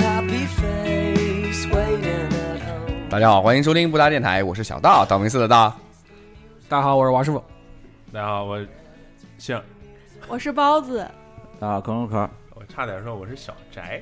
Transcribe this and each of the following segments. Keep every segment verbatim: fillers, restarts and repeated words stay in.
大家好，欢迎收听布达电台，我是小道，道明寺的道。 大家好，我是王师傅。 大家好，我姓， 我是包子。 大家好，壳壳。 我差点说我是小宅。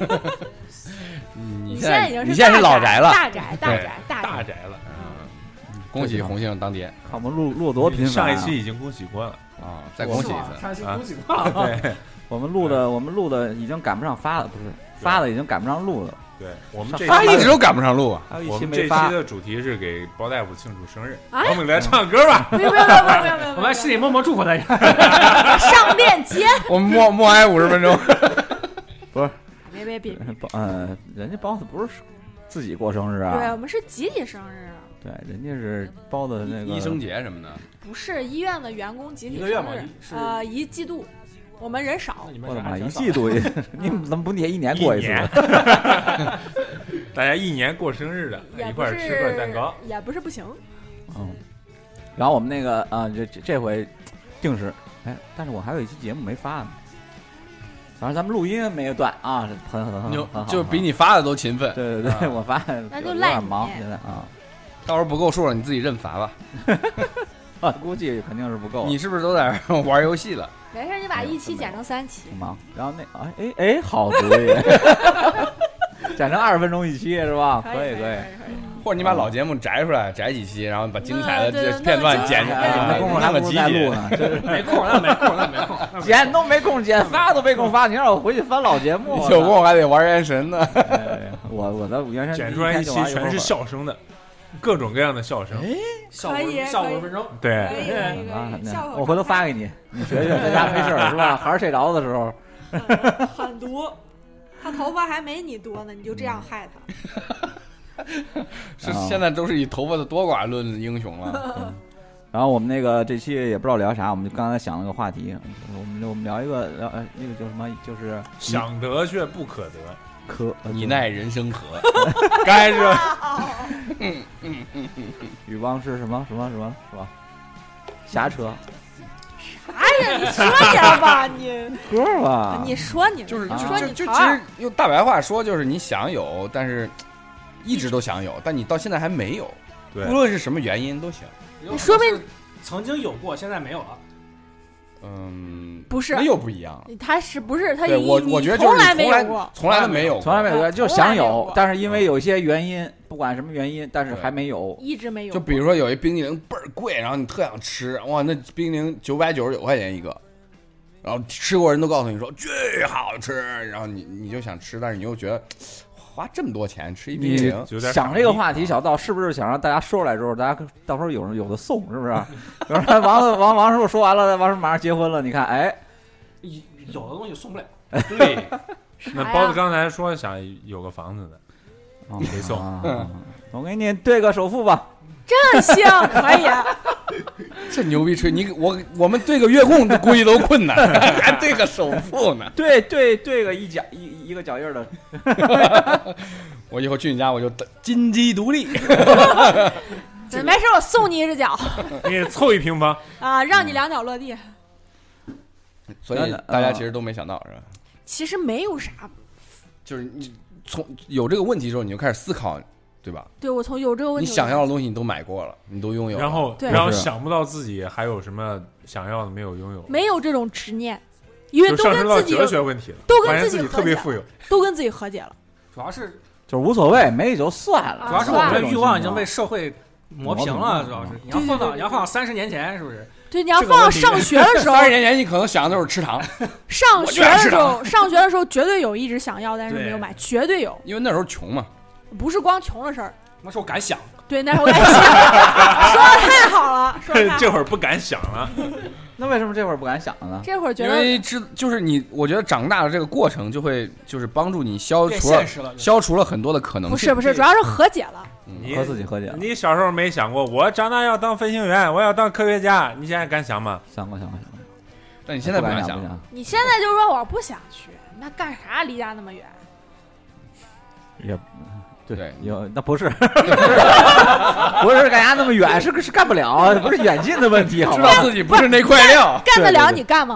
你现在已经是你现在是老宅了， 大宅大宅大大宅了。 嗯，恭喜红杏当爹。 看我们录录多频繁、 啊，上一期已经恭喜过了啊，再恭喜一次。 上一期恭喜过了、啊。 对， 我们录的我们录的已经赶不上发了，不是发的已经赶不上录了。 对，我们这发一直都赶不上录啊。 还有一我们期没发。 这期的主题是给包大夫庆祝生日， 啊、 我们来唱歌吧。 没有没有没有没有没有没有， 我们心里默默祝福他一下。 上链接。 我们默默哀五十分钟。 不是， 别别别别。 呃，人家包子不是自己过生日啊。 对，我们是集体生日。 对，人家是包的那个医生节什么的。 不是医院的员工集体生日。 一个月嘛， 呃，一季度。我们人少， 我的妈，一季度，你怎么不也一年过一次？ 大家一年过生日的，一块吃个蛋糕， 也不是不行。 嗯，然后我们那个啊，这这这回定是，哎，但是我还有一期节目没发呢。反正咱们录音没有断啊，很很很很好， 就比你发的都勤奋。 对对对，我发那就赖你， 有点忙现在啊。 到时候不够数了，你自己认罚吧。 啊，估计肯定是不够。 你是不是都在玩游戏了？ 没事，你把一期剪成三期。 忙，然后那哎哎哎，好主意，剪成二十分钟一期是吧？ 可以可以。 或者你把老节目摘出来，摘几期，然后把精彩的这片段剪进来， 那功夫还不如在录呢。 没空，那没空，那没空， 剪都没空剪，发都没空发，你让我回去翻老节目。 有空我还得玩原神呢。 我我的原神剪出来一期全是笑声的。各种各样的笑声， 笑笑五十分钟， 对， 啊，我回头发给你，你学学，在家没事是吧？孩儿睡着的时候， 狠毒，他头发还没你多呢，你就这样害他，是现在都是以头发的多寡论英雄了。 然后我们那个这期也不知道聊啥，我们就刚才想了个话题，我们我们聊一个聊呃那个叫什么，就是想得却不可得。 可你奈人生何？ 该是， 嗯嗯嗯嗯， 欲望是什么什么什么是吧？侠车。 啥呀？你说点吧，你歌吧。 你说你就是你说就就其实用大白话说，就是你想有，但是一直都想有，但你到现在还没有。 对， 无论是什么原因都行。 你说明曾经有过，现在没有了。 嗯， 不是， 那又不一样。 他是不是他？ 我我觉得从来没有过，从来都没有， 从来没有，就想有，但是因为有些原因，不管什么原因，但是还没有， 一直没有。 就比如说有一冰激凌倍儿贵，然后你特想吃，哇，那冰激凌九百九十九块钱一个，然后吃过人都告诉你说巨好吃，然后你你就想吃，但是你又觉得花这么多钱吃一冰激凌， 想这个话题，小道是不是想让大家说出来之后，大家到时候有人有的送，是不是？比如说王王王师傅说完了，王师傅马上结婚了，你看，哎， 有的东西送不了。 对，那包子刚才说想有个房子的，没送。 我给你兑个首付吧。 这行可以。 这牛逼吹！你我我们兑个月供估计都困难，还兑个首付呢。 对对对个一脚一一个脚印的。 我以后去你家我就金鸡独立。 没事，我送你一只脚。 给你凑一平方啊，让你两脚落地。 所以大家其实都没想到，是吧？ 其实没有啥， 就是你从有这个问题之后，你就开始思考。对吧？ 对，我从有这个问题， 你想要的东西你都买过了，你都拥有了， 然后然后想不到自己还有什么想要的没有拥有， 没有这种执念，因为都跟自己哲学问题了， 都跟自己特别富有， 都跟自己和解了。 主要是就是无所谓，没就算了。 主要是我们的欲望已经被社会磨平了，主要是你要放到你要放到三十年前，是不是？ 对，你要放到上学的时候， 三十年前你可能想的都是吃糖。 上学的时候，上学的时候绝对有一直想要，但是没有买，绝对有。 因为那时候穷嘛， 不是光穷的事儿。 那时候敢想， 对，那时候敢想，说的太好了，说的这会儿不敢想了。 那为什么这会儿不敢想了呢？ 这会儿觉得， 因为知就是你，我觉得长大的这个过程就会就是帮助你消除了消除了很多的可能性。 不是不是，主要是和解了， 你和自己和解了。 你小时候没想过，我长大要当飞行员，我要当科学家，你现在敢想吗？ 想过想过想过。 但你现在不敢想， 你现在就说我不想去，那干啥离家那么远？ 也。 对， 有那不是，不是干啥那么远，是是干不了，不是远近的问题，好吧？ 知道自己不是那块料， 干得了你干吗？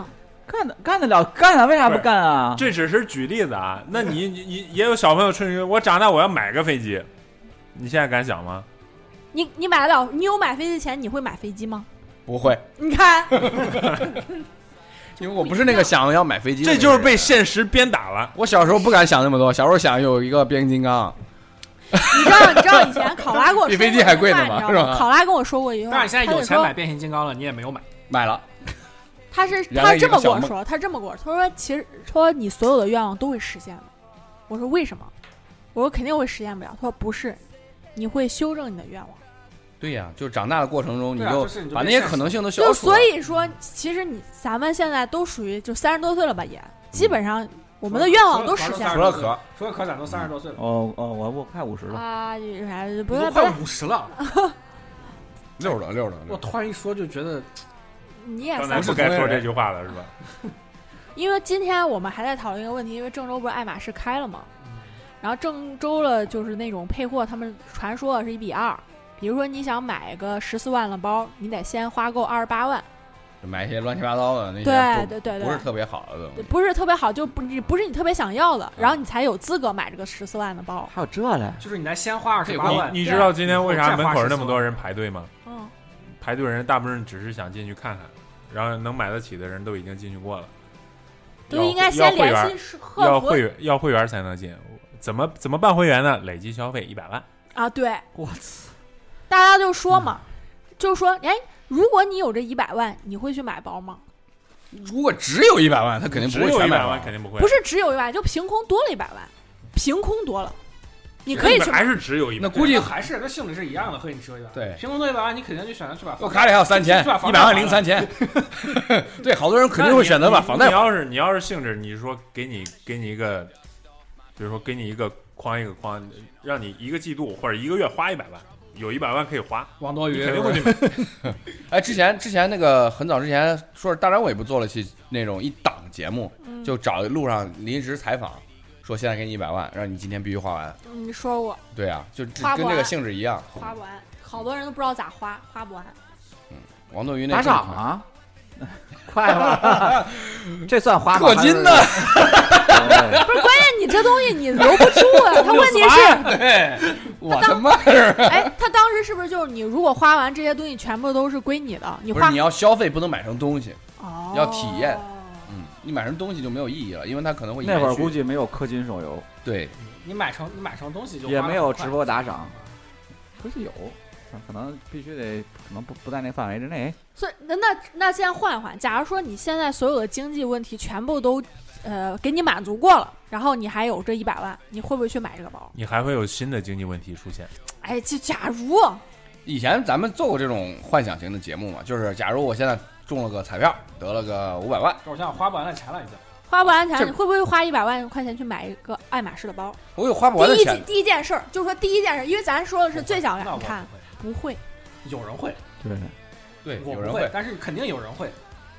干的干得了，干啊，为啥不干啊？ 这只是举例子啊。那你你你也有小朋友吹牛，我长大我要买个飞机，你现在敢想吗？ 你你买得了？你有买飞机钱，你会买飞机吗？ 不会， 你看， 因为我不是那个想要买飞机的， 这就是被现实鞭打了。 我小时候不敢想那么多，小时候想有一个变形金刚。 你知道你知道以前考拉跟我说比飞机还贵呢嘛，是吧？ 考拉跟我说过一句话， 但是你现在有钱买变形金刚了，你也没有买， 买了。 他是他这么跟我说，他这么跟我说，他说其实说你所有的愿望都会实现的。我说为什么？我说肯定会实现不了。他说不是，你会修正你的愿望。 对呀、啊，就长大的过程中，你就把那些可能性都消除了。 就所以说，其实你咱们现在都属于就三十多岁了吧，也基本上我们的愿望都实现了。 除了可， 除了可咱都三十多岁了。 哦哦，我我快五十了啊，不是快五十了， 六了六了。 我突然一说就觉得。 你也刚才不该说这句话了是吧？ 因为今天我们还在讨论一个问题，因为郑州不是爱马仕开了吗？然后郑州了就是那种配货，他们传说的是一比二，比如说你想买个十四万的包，你得先花够二十八万， 买一些乱七八糟的那些， 对对对对， 不是特别好的东西， 不是特别好，就不你不是你特别想要的，然后你才有资格买这个十四万的包。 还有这嘞？ 就是你来先花二十八万。 你知道今天为啥门口那么多人排队吗？ 嗯。 排队人大部分人只是想进去看看，然后能买得起的人都已经进去过了。 就应该先联系客服， 要会员要会员才能进。怎么怎么办会员呢？累计消费一百万啊！对， 我操！ 大家就说嘛，嗯、就说哎，如果你有这一百万，你会去买包吗？ 如果只有一百万，他肯定不会全买万，肯定不会。 不是只有一百万，就凭空多了一百万，凭空多了。你可以去， 还是只有一百万， 那估计还是那性质是一样的，和你只有一百万。 对， 凭空多一百万，你肯定就选择去把。 我卡里还有三千，一百万零三千。对，好多人肯定会选择把房贷。 你要是你要是性质，你说给你给你一个，比如说给你一个框一个框，让你一个季度或者一个月花一百万，有一百万可以花， 王多鱼肯定会去买。 哎，之前之前那个很早之前说是大张伟不做了期那种一档节目， 嗯、 就找路上临时采访。说现在给你一百万，让你今天必须花完。 你说过。 对啊，就跟这个性质一样， 花不完，好多人都不知道咋花，花不完。 嗯，王斗鱼那打赏啊，快了，这算花氪金呢？ 不是，关键你这东西你留不住啊。他问题是， 对，我的妈呀！ 哎，他当时是不是就是你如果花完这些东西全部都是归你的？你花你要消费，不能买成东西， 哦， 要体验。嗯，你买成东西就没有意义了，因为它可能会那会儿估计没有氪金手游， 对， 你买成你买成东西就也没有直播打赏，估计有，可能必须得可能不不在那范围之内。 所以那那那现在换一换，假如说你现在所有的经济问题全部都呃给你满足过了，然后你还有这一百万，你会不会去买这个包？ 你还会有新的经济问题出现？ 哎，就假如以前咱们做过这种幻想型的节目嘛，就是假如我现在中了个彩票，得了个五百万， 我想花不完的钱了已经。 花不完钱，你会不会花一百万块钱去买一个爱马仕的包？ 我有花不完的钱。 第一第一件事儿就是说第一件事，因为咱说的是最想让你看，不会， 有人会， 对对， 我有人会， 但是肯定有人会。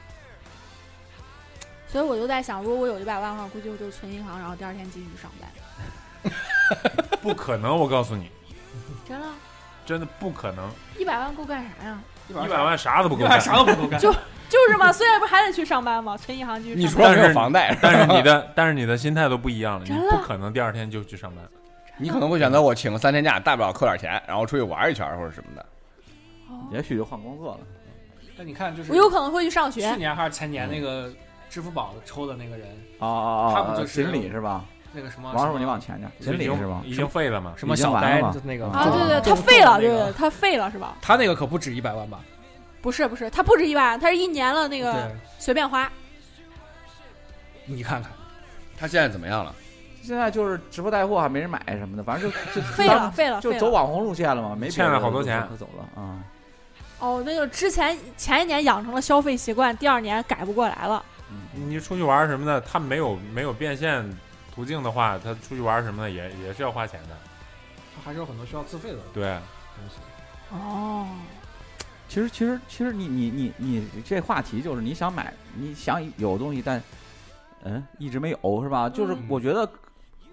所以我就在想，如果我有一百万的话，估计我就存银行，然后第二天继续上班。不可能，我告诉你， 真的， 真的不可能。 一百万够干啥呀？ 一百万啥都不够干， 啥都不够干。 就就是嘛，虽然不还得去上班吗？存银行继续上班。 你除了没有房贷， 但是你的但是你的心态都不一样了， 你不可能第二天就去上班。 你可能会选择我请个三天假，大不了扣点钱，然后出去玩一圈或者什么的。 也许就换工作了。 那你看，就是我有可能会去上学。 去年还是前年那个支付宝抽的那个人， 哦哦哦， 他不就是锦鲤是吧？ 那个什么王师傅，你往前点，锦鲤是吧？ 已经废了吗？ 什么小呆那个啊？对对，他废了，对对，他废了是吧？ 他那个可不止一百万吧？ 不是不是，他不止一百万，他是一年了那个随便花。 你看看， 他现在怎么样了？ 现在就是直播带货还没人买什么的，反正就就废了废了， 就走网红路线了嘛，没欠了好多钱， 可走了啊。 哦，那就之前前一年养成了消费习惯，第二年改不过来了。 嗯，你出去玩什么的，他没有没有变现途径的话，他出去玩什么的也也是要花钱的， 他还是有很多需要自费的对东西。 哦。 其实，其实，其实你，你，你，你这话题就是你想买，你想有东西，但，嗯，一直没有，是吧？就是我觉得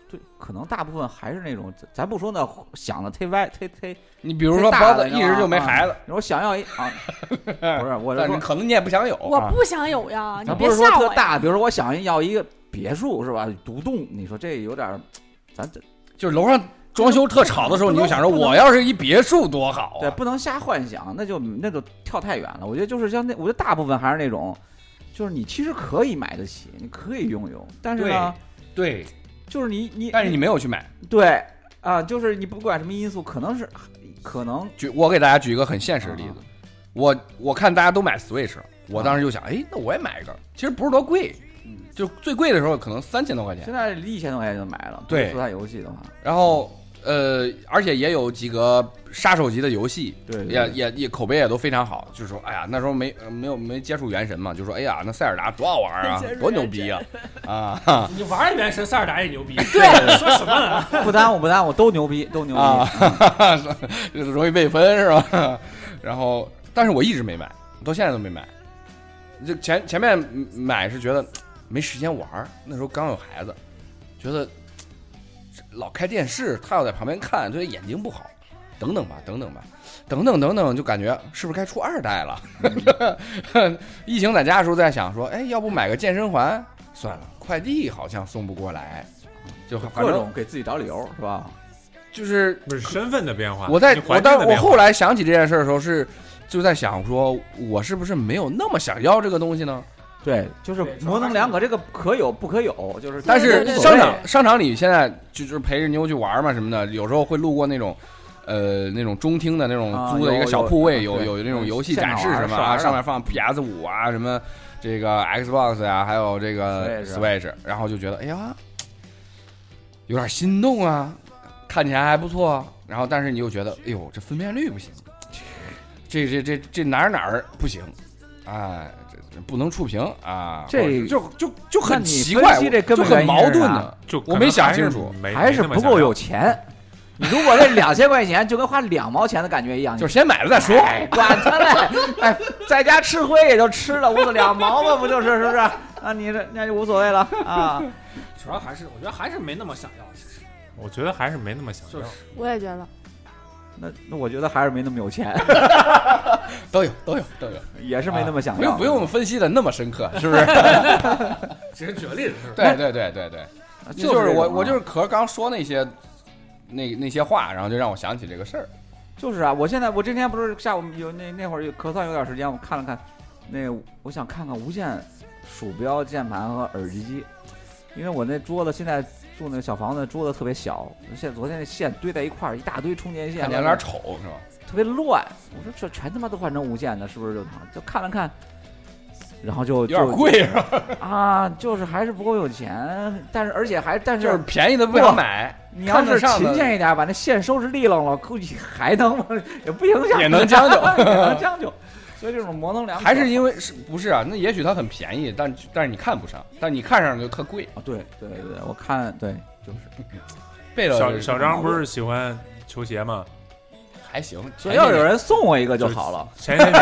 对，可能大部分还是那种，咱不说那想的忒歪忒忒。 你比如说包子一直就没孩子， 我想要一啊，不是我， 但是可能你也不想有， 我不想有呀，你不是说别吓我呀。 特大，比如说我想要一个别墅是吧，独栋，你说这有点，咱这就是楼上装修特吵的时候，你就想说我要是一别墅多好啊， 对，不能瞎幻想，那就那就跳太远了。我觉得就是像那，我觉得大部分还是那种，就是你其实可以买得起，你可以拥有，但是呢， 对。 就是你你， 但是你没有去买， 对啊，就是你不管什么因素，可能是可能。 举我给大家举一个很现实的例子，啊、我我看大家都买 Switch， 我当时就想，哎，那我也买一个，其实不是多贵，嗯，就最贵的时候可能三千多块钱， 现在一千多块钱就买了， 对， 做台游戏的话， 然后呃，而且也有几个杀手级的游戏， 对， 也也也口碑也都非常好，就是说，哎呀，那时候没没有没接触原神嘛，就说，哎呀，那塞尔达多好玩啊，多牛逼啊！啊！ 你玩原神，塞尔达也牛逼。对，说什么呢？ 不耽误，不耽误，都牛逼，都牛逼， 啊、就是容易被分是吧？然后，但是我一直没买，到现在都没买。就前前面买是觉得没时间玩，那时候刚有孩子，觉得老开电视，他要在旁边看，对眼睛不好。等等吧，等等吧，等等等等，就感觉是不是该出二代了？疫情在家的时候在想说，哎，要不买个健身环？算了，快递好像送不过来，就各种给自己找理由是吧？ 就是不是身份的变化。 我在我当我后来想起这件事的时候，是就在想说，我是不是没有那么想要这个东西呢？ 对，就是模棱两可，这个可有不可有，就是。 但是商场商场里现在就是陪着妞去玩嘛什么的，有时候会路过那种。呃，那种中厅的那种租的一个小铺位，有有那种游戏展示什么啊，上面放 P S 五 啊，什么这个 Xbox 呀、啊，还有这个 Switch， 然后就觉得哎呀，有点心动啊，看起来还不错，然后但是你又觉得，哎呦，这分辨率不行，这这这这哪儿哪儿不行，哎，这不能触屏啊， 这就就就很奇怪，就很矛盾的， 就我没想清楚， 还是不够有钱。你如果这两千块钱就跟花两毛钱的感觉一样， 就是先买了再说， 哎、管他嘞！哎，在家吃灰也就吃了，无所两毛嘛，不就是是不是？啊，你这那就无所谓了啊。 主要还是我觉得还是没那么想要，其实我觉得还是没那么想要。 我也觉得。 那那我觉得还是没那么有钱， 都有都有都有， 也是没那么想要。 不用不用分析的那么深刻，是不是？ 只是举个例子，是吧？ 对对对对对，就是我我就是可刚说那些。那那些话，然后就让我想起这个事儿。 就是啊，我现在我这天不是下午有那那会儿可算有点时间，我看了看，那我想看看无线鼠标、键盘和耳机机，因为我那桌子现在住那个小房子，桌子特别小，现在昨天那线堆在一块儿，一大堆充电线， 看起来有点丑是吧？ 特别乱。我说这全他妈都换成无线的，是不是就就看了看？然后就有点贵是吧？ 啊，就是还是不够有钱，但是而且还但是就是便宜的不想买。 你要是勤俭一点，把那线收拾利落了，估计还能也不影响， 也能将就， 也能将就。所以这种模棱两可， 还是因为是不是啊？那也许它很便宜，但但是你看不上，但你看上就特贵啊。对对对，我看对就是背了。 小小张不是喜欢球鞋吗？ 还行， 所以要有人送我一个就好了。 前些年。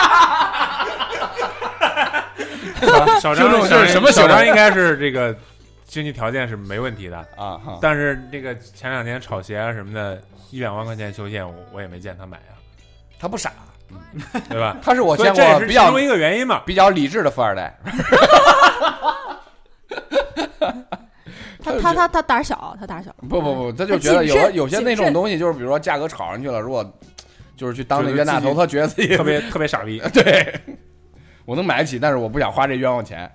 小张就是什么？ 小张应该是这个经济条件是没问题的啊， 但是这个前两年炒鞋啊什么的，一两万块钱球鞋我我也没见他买啊， 他不傻， 对吧？ 他是我见过比较其中一个原因嘛， 比较理智的富二代。 他他他他胆小，他胆小。 不不不，他就觉得有有些那种东西，就是比如说价格炒上去了，如果就是去当那冤大头，他觉得自己特别特别傻逼， 对。我能买得起，但是我不想花这冤枉钱，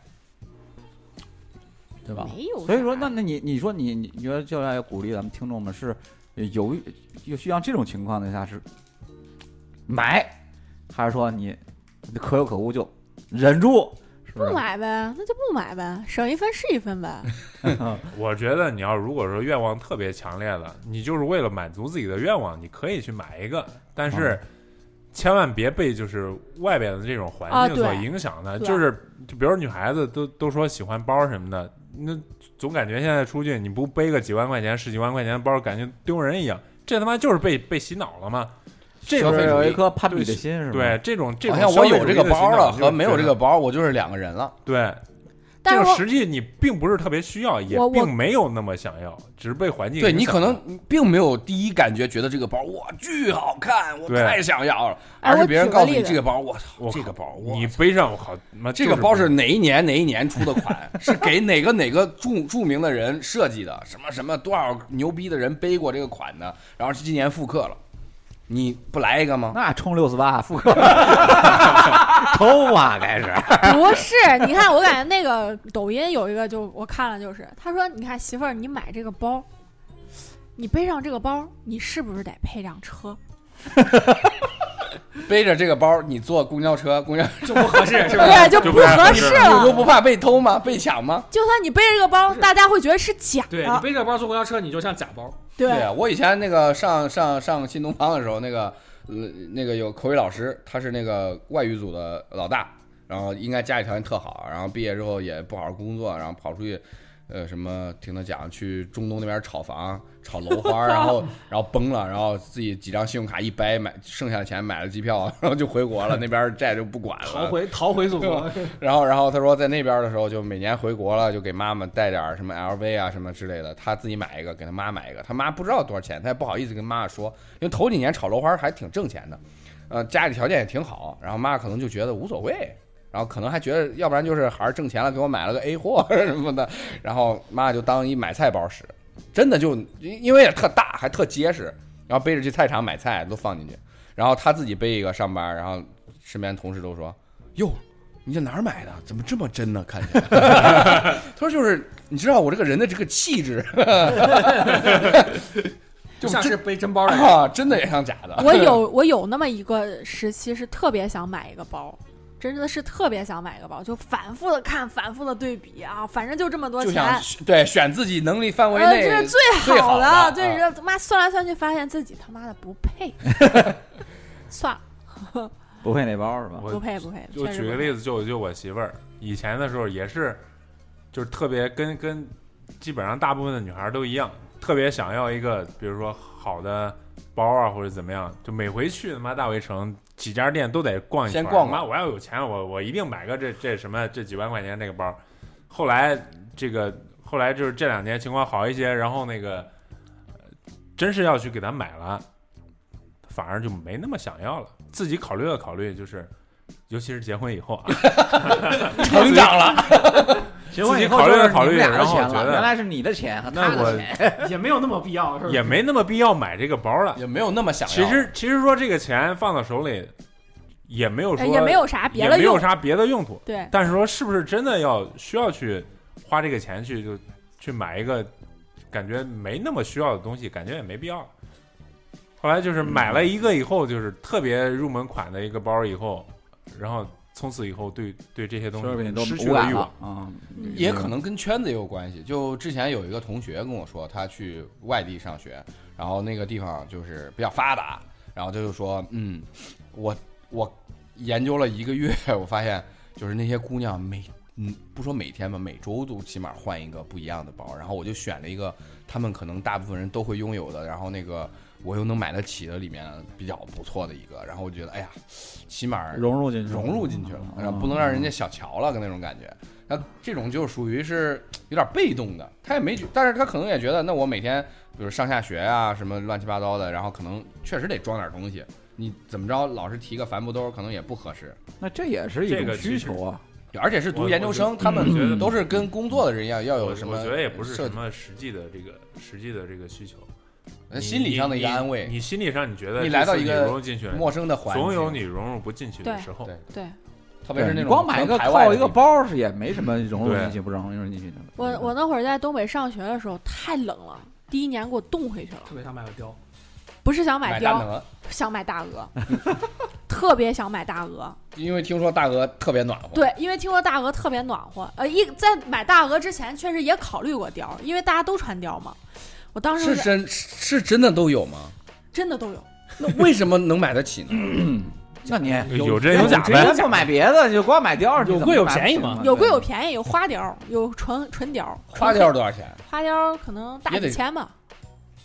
对吧？ 没有。 所以说，那那你你说你你觉得就要鼓励咱们听众们是有有需要这种情况的下是买，还是说你可有可无就忍住？是不是？ 不买呗，那就不买呗，省一分是一分呗。 我觉得你要如果说愿望特别强烈了，你就是为了满足自己的愿望，你可以去买一个，但是。嗯千万别被就是外边的这种环境所影响的，啊、就是就比如女孩子都都说喜欢包什么的，那总感觉现在出去你不背个几万块钱、十几万块钱的包，感觉丢人一样。这他妈就是被被洗脑了吗？这种有一颗攀比的心是吧？ 对，这种这种好像我有这个包了和没有这个包，我就是两个人了。 对， 这个实际你并不是特别需要，也并没有那么想要，只是被环境。 对你可能并没有第一感觉觉得这个包哇巨好看，我太想要了，而是别人告诉你这个包，我操，这个包你背上我靠， 这个包是哪一年哪一年出的款，是给哪个哪个著著名的人设计的，什么什么多少牛逼的人背过这个款的，然后今年复刻了。你不来一个吗？ 那充六十八复刻，抽啊，开始不是？你看，我感觉那个抖音有一个，就我看了，就是他说，你看媳妇儿，你买这个包，你背上这个包，你是不是得配辆车？ 背着这个包，你坐公交车，公交就不合适，是吧？ 对，就不合适了。 你都不怕被偷吗？被抢吗？ 就算你背着这个包，大家会觉得是假的。 对，你背着包坐公交车，你就像假包。 对, 对啊，我以前那个上上上新东方的时候，那个呃那个有口语老师，他是那个外语组的老大，然后应该家里条件特好，然后毕业之后也不好好工作，然后跑出去。呃，什么听他讲去中东那边炒房、炒楼花，然后然后崩了，然后自己几张信用卡一掰，买剩下的钱买了机票，然后就回国了，那边债就不管了， 逃回逃回祖国。 然后然后他说在那边的时候，就每年回国了，就给妈妈带点什么 L V 啊什么之类的，他自己买一个，给他妈买一个，他妈不知道多少钱，他也不好意思跟妈妈说，因为头几年炒楼花还挺挣钱的，呃，家里条件也挺好，然后妈可能就觉得无所谓。然后可能还觉得，要不然就是孩儿挣钱了，给我买了个 A 货什么的，然后妈就当一买菜包使，真的就因为也特大，还特结实，然后背着去菜场买菜都放进去，然后他自己背一个上班，然后身边同事都说：“哟，你在哪儿买的？怎么这么真呢？看起来。”他说：“就是你知道我这个人的这个气质， 就像是背真包的啊，真的也像假的。” 我有我有那么一个时期是特别想买一个包。真的是特别想买个包，就反复的看，反复的对比啊，反正就这么多钱， 就想对选自己能力范围内， 呃、这是最好的。 对，这他妈算来算去，发现自己他妈的不配，算了， 不配那包是吧？ 不配不配。 就举个例子，就就我媳妇儿以前的时候也是，就是特别跟跟基本上大部分的女孩都一样，特别想要一个，比如说好的包啊或者怎么样，就每回去他妈大围城。几家店都得逛一圈， 先逛妈，我要有钱，我我一定买个这这什么这几万块钱这个包。后来这个后来就是这两年情况好一些，然后那个、呃、真是要去给他买了，反而就没那么想要了。自己考虑了考虑，就是尤其是结婚以后啊， 成长了。 结婚以后考虑了考虑，然后觉得原来是你的钱和他的钱， 也没有那么必要，是吧？ 也没那么必要买这个包了， 也没有那么想要。 其实其实说这个钱放到手里，也没有说也没有啥别的用， 也没有啥别的用途。 对， 但是说是不是真的要需要去花这个钱去就去买一个感觉没那么需要的东西，感觉也没必要。后来就是买了一个以后，就是特别入门款的一个包以后，然后。从此以后对对这些东西失去了欲望啊， 也可能跟圈子也有关系。就之前有一个同学跟我说，他去外地上学，然后那个地方就是比较发达，然后他就说，嗯，我我研究了一个月，我发现就是那些姑娘每嗯不说每天吧，每周都起码换一个不一样的包，然后我就选了一个他们可能大部分人都会拥有的，然后那个。我又能买得起的里面比较不错的一个，然后我觉得哎呀，起码融入进去， 融入进去了，然后不能让人家小瞧了，跟那种感觉。那这种就属于是有点被动的，他也没觉，但是他可能也觉得，那我每天比如上下学啊什么乱七八糟的，然后可能确实得装点东西，你怎么着老是提个帆布兜可能也不合适。 那这也是一种需求啊。 而且是读研究生，他们都是跟工作的人一样，要有什么？ 我觉得也不是什么实际的这个实际的这个需求。 心理上的一个安慰， 你, 你, 你心理上你觉得你来到一个陌生的环境，总有你融入不进去的时候。 对对, 对， 特别是那种光买一个靠一个包是也没什么融入进去不融入进去的。 我我那会儿在东北上学的时候太冷了，第一年给我冻回去了。 特别想买个貂， 不是想买貂， 买想买大鹅，特别想买大鹅， 因为听说大鹅特别暖和。 对，因为听说大鹅特别暖和。呃，一在买大鹅之前，确实也考虑过貂，因为大家都穿貂嘛。我当时是真是真的都有吗？ 真的都有。 那为什么能买得起呢？ 那你有真有假呗， 不买别的，就光买貂， 有贵有便宜嘛？ 有贵有便宜，有花貂，有纯纯貂。 花貂多少钱？ 花貂可能大几千吧。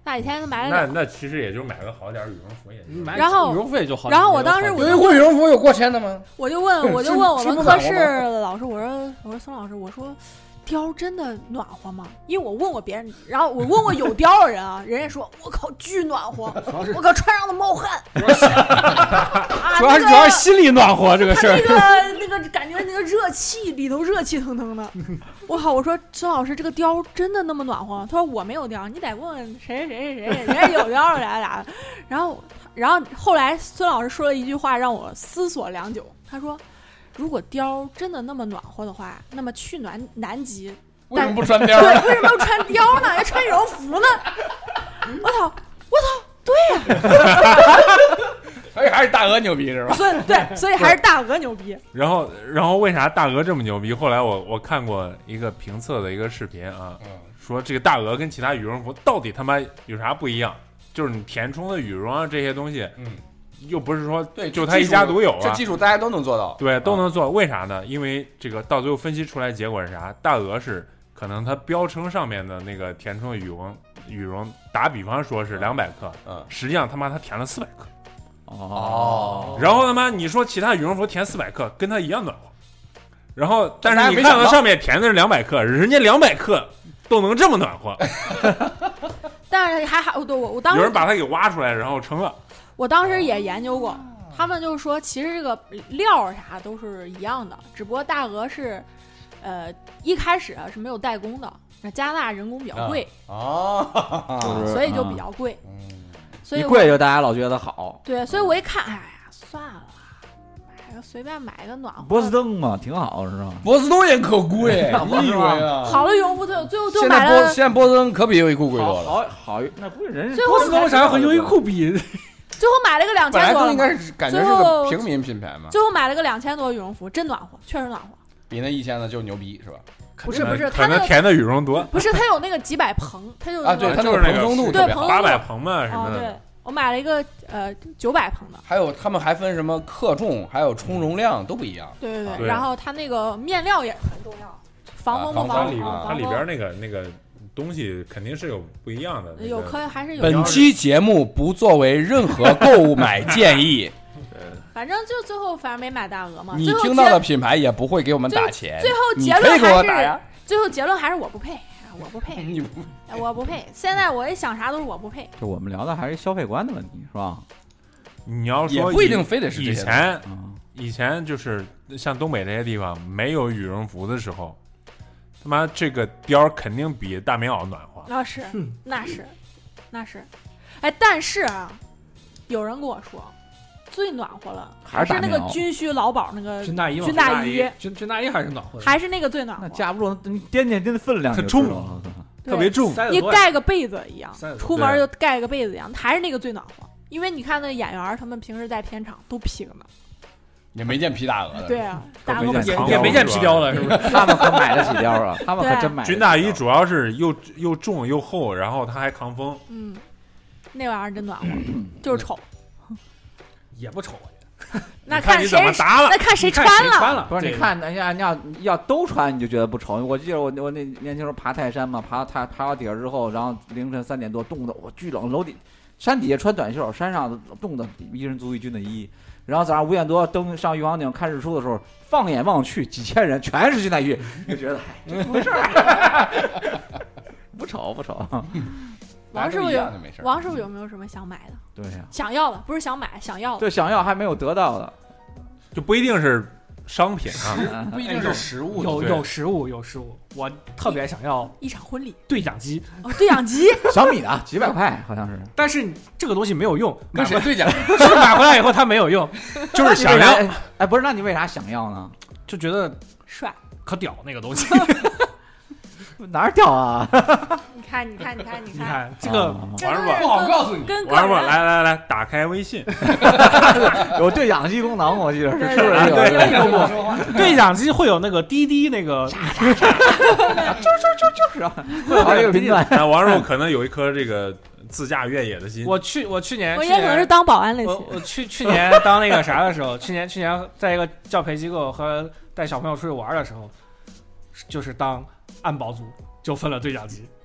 大几千买了那两。 那其实也就买个好点羽绒服也行。 买然后羽绒服也就好。 然后我当时我优衣库羽绒服有过千的吗？ 我就问，我就问我们科是是不暖和室吗的老师，我说我说孙老师，我说貂真的暖和吗？因为我问过别人，然后我问过有貂的人啊，人家说我靠巨暖和，我靠穿上的冒汗，啊、 主要是、 那个、 主要是心里暖和这个事儿。 那个那个感觉那个热气里头热气腾腾的，我靠！我说孙老师这个貂真的那么暖和吗？他说我没有貂，你得问问谁谁谁谁，人家有貂俩俩。然后然后后来孙老师说了一句话让我思索良久，他说。如果貂真的那么暖和的话，那么去南南极为什么不穿貂？ 对，为什么要穿貂呢？要穿羽绒服呢？我操！我操！对呀、 所以还是大鹅牛逼是吧？ 所以对，所以还是大鹅牛逼。 然后，然后为啥大鹅这么牛逼？后来我我看过一个评测的一个视频啊， 嗯、 说这个大鹅跟其他羽绒服到底他妈有啥不一样？就是你填充的羽绒啊这些东西， 嗯。 又不是说对， 就他一家独有啊， 这技术大家都能做到， 对，都能做。为啥呢？因为这个到最后分析出来结果是啥？大鹅是可能它标称上面的那个填充的羽绒，羽绒打比方说是两百克， 嗯， 实际上他妈它填了四百克。 哦， 然后他妈你说其他羽绒服填四百克，跟它一样暖和。然后但是你没想到看到上面填的是两百克，人家两百克都能这么暖和。 但是还还对我我当时有人把它给挖出来，然后称了。 我当时也研究过，他们就是说，其实这个料啥都是一样的，只不过大鹅是，呃，一开始是没有代工的，那加拿大人工比较贵哦， 啊、所以就比较贵。 嗯， 所以一贵就大家老觉得好。 对，所以我一看，哎呀，算了，买个随便买个暖和。 波司登嘛，挺好是吧？ 波司登也可贵，你以为啊？ 好的羽绒服最后最后最后现在买了。 波现在波司登可比优衣库贵多了。 好好，那不是人。 最后波司登为啥要和优衣库比？ 最后买了个两本来都应千多了嘛， 该是感觉是个平民品牌嘛。 最后买了个两千多羽绒服，真暖和，确实暖和。 比那一千的就牛逼是吧？ 不是不是， 可它那个能填的羽绒多。 不是它有那个几百蓬，它就啊，对，它那就是个蓬松度特别好。 对蓬松八百蓬嘛什哦，对么的。 我买了一个呃九百蓬的。 还有他们还分什么克重，还有充容量都不一样。 对对对， 对然后它那个面料也很重要，防风不防它里防啊它里边那个那个东西肯定是有不一样的。 有可还是有。 本期节目不作为任何购物买建议。 反正就最后反正没买大鹅嘛。 你听到的品牌也不会给我们打钱。 最后你结论可以给我还是打呀。 最后结论还是我不配，我不配， 你不我不配。现在我一想啥都是我不配。 就我们聊的还是消费观的问题，是吧？ 你要说也不一定非得是这些以前嗯， 以前就是像东北这些地方没有羽绒服的时候，他妈这个貂肯定比大棉袄暖和。 那是，那是，那是。哎，但是啊，有人跟我说，最暖和了还是那个军需劳保那个军大衣嘛， 军大衣， 军军大衣还是暖和的， 还是那个最暖和。 那架不住你掂掂掂分量， 它重， 对特别重， 你盖个被子一样塞得，多出门就盖个被子一样，还是那个最暖和。因为你看那演员他们平时在片场都披个呢， 也没见皮大鹅的。 对啊，大没见也也没见皮貂了，是不是？ 他们可买得起貂啊，他们可真买得起貂。 军大衣主要是又又重又厚，然后它还抗风。 嗯，那玩意儿真暖和，就是丑。 也不丑， 那看你谁怎么答了， 那看谁穿了。 穿了不是，你看，哎呀，你要要都穿，你就觉得不丑。我记得我我那年轻时候爬泰山嘛，爬爬爬到顶儿之后，然后凌晨三点多冻的我巨冷，楼底山底下穿短袖，山上冻的一人足一军的衣。然后早上五点多登上玉皇顶看日出的时候，放眼望去，几千人全是军大衣，就觉得哎，这不事儿，不丑不丑。 王师傅有王师傅有没有什么想买的？ 对呀、啊， 想要的不是想买，想要的。 对，想要还没有得到的， 就不一定是商品啊， 不一定是实物。 有有实物有实物，我特别想要一场婚礼对讲机。 哦，对讲机， 小米的几百块好像是， 但是这个东西没有用， 跟谁对讲？ 是买回来以后它没有用， 就是想要。 哎，不是，那你为啥想要呢？ 就觉得帅， 可屌那个东西。 哪儿屌啊？ 你看，你看，你看，你你看， 看这个王师傅不好告诉你。 跟王师傅，来来来，打开微信， 有对讲机功能，我记得是是不是？ 对对讲机会有那个滴滴那个， 啾啾啾啾，是吧？还有频段。 那王师傅可能有一颗这个自驾越野的心。 我去，我去年， 我也可能是当保安类我型。 我去去年当那个啥的时候，去年去年在一个教培机构和带小朋友出去玩的时候，就是当安保组就分了对讲机。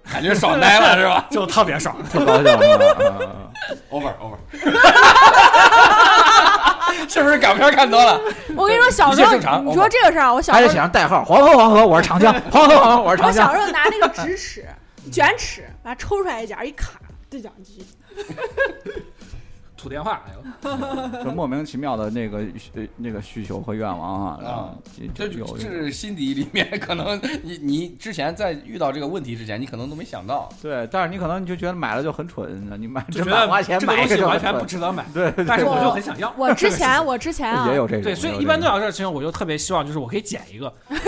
感觉爽呆了是吧？ 就特别爽， 特高兴啊 over over， 是不是港片看多了？ 我跟你说，小时候你说这个事儿，我小时候还得写上代号，黄河黄河，我是长江，黄河黄河，我是长江。 我小时候拿那个直尺卷尺，把它抽出来一点一卡，对讲机。 吐电话， 这莫名其妙的那个那个需求和愿望啊， 啊，这有这是心底里面可能你你之前在遇到这个问题之前，你可能都没想到。 对，但是你可能你就觉得买了就很蠢，你买就觉得花钱买这个东西完全不不值得买。 对， 但是我就很想要。 我之前我之前啊也有这种， 对，所以一般对我这情况，我就特别希望就是我可以捡一个。 你